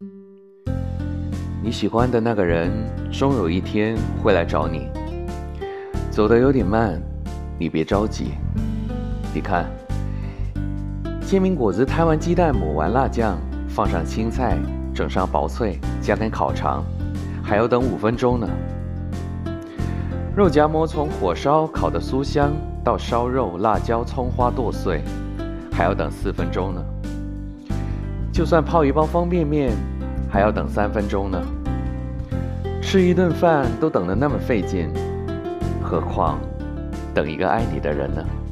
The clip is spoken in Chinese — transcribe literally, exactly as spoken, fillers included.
你喜欢的那个人终有一天会来找你，走得有点慢，你别着急。你看，煎饼果子摊完鸡蛋，抹完辣酱，放上青菜，整上薄脆，加点烤肠，还要等五分钟呢。肉夹馍从火烧烤得酥香，到烧肉、辣椒、葱花剁碎，还要等四分钟呢。就算泡一包方便面，还要等三分钟呢。吃一顿饭都等得那么费劲，何况等一个爱你的人呢？